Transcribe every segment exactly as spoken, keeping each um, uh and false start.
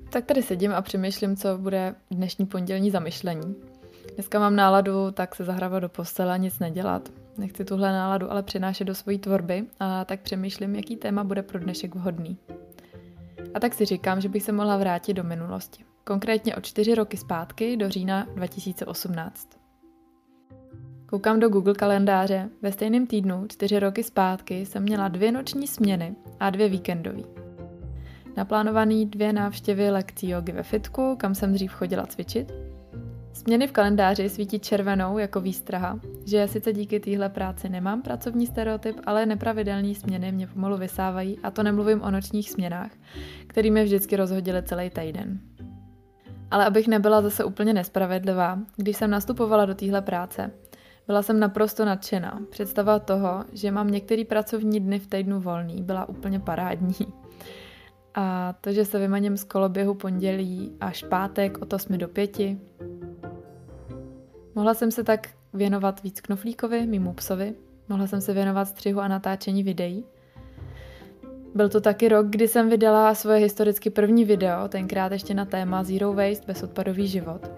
Tak tady sedím a přemýšlím, co bude dnešní pondělní zamyšlení. Dneska mám náladu tak se zahrabat do postele a nic nedělat. Nechci tuhle náladu ale přinášet do své tvorby a tak přemýšlím, jaký téma bude pro dnešek vhodný. A tak si říkám, že bych se mohla vrátit do minulosti. Konkrétně o čtyři roky zpátky do října dva tisíce osmnáct. Koukám do Google kalendáře. Ve stejném týdnu čtyři roky zpátky jsem měla dvě noční směny a dvě víkendové. Naplánovaný dvě návštěvy lekcí jogy ve fitku, kam jsem dřív chodila cvičit. Směny v kalendáři svítí červenou jako výstraha, že já sice díky téhle práci nemám pracovní stereotyp, ale nepravidelné směny mě pomalu vysávají, a to nemluvím o nočních směnách, který mě vždycky rozhodily celý týden. Ale abych nebyla zase úplně nespravedlivá, když jsem nastupovala do téhle práce, byla jsem naprosto nadšená. Představa toho, že mám některé pracovní dny v týdnu volný, byla úplně parádní. A to, že se vymaním z koloběhu pondělí až pátek od osmi do pěti. Mohla jsem se tak věnovat víc knoflíkovi, mému psovi. Mohla jsem se věnovat střihu a natáčení videí. Byl to taky rok, kdy jsem vydala svoje historicky první video, tenkrát ještě na téma Zero Waste, bezodpadový život.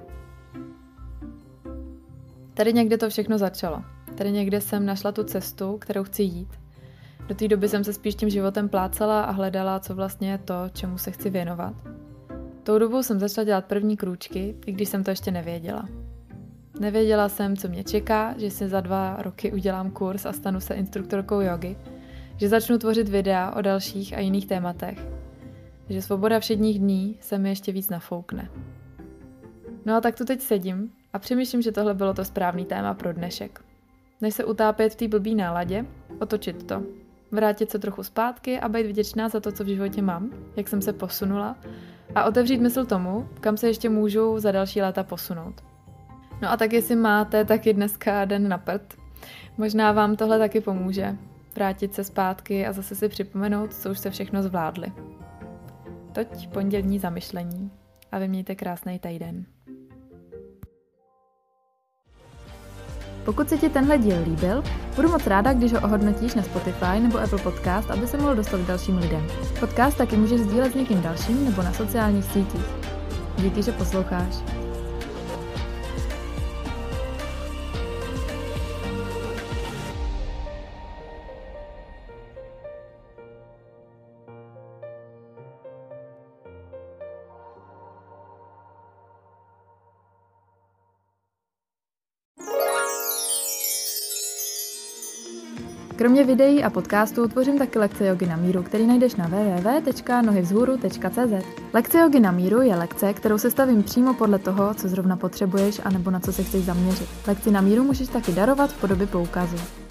Tady někde to všechno začalo. Tady někde jsem našla tu cestu, kterou chci jít. Do té doby jsem se spíš tím životem plácala a hledala, co vlastně je to, čemu se chci věnovat. Tou dobou jsem začala dělat první krůčky, i když jsem to ještě nevěděla. Nevěděla jsem, co mě čeká, že si za dva roky udělám kurz a stanu se instruktorkou jogy, že začnu tvořit videa o dalších a jiných tématech, že svoboda všedních dní se mi ještě víc nafoukne. No a tak tu teď sedím a přemýšlím, že tohle bylo to správný téma pro dnešek. Než se utápět v té blbý náladě, otočit to. Vrátit se trochu zpátky a být vděčná za to, co v životě mám, jak jsem se posunula, a otevřít mysl tomu, kam se ještě můžu za další léta posunout. No a tak jestli máte taky dneska den na prd, možná vám tohle taky pomůže. Vrátit se zpátky a zase si připomenout, co už se všechno zvládli. Toť pondělní zamyšlení a vy mějte krásný týden. Pokud se ti tenhle díl líbil, budu moc ráda, když ho ohodnotíš na Spotify nebo Apple Podcast, aby se mohl dostat k dalším lidem. Podcast taky můžeš sdílet s někým dalším nebo na sociálních sítích. Díky, že posloucháš. Kromě videí a podcastů tvořím taky lekce jogy na míru, který najdeš na w w w tečka nohy vzhůru tečka c z. Lekce jogy na míru je lekce, kterou sestavím přímo podle toho, co zrovna potřebuješ anebo na co se chceš zaměřit. Lekci na míru můžeš taky darovat v podobě poukazu.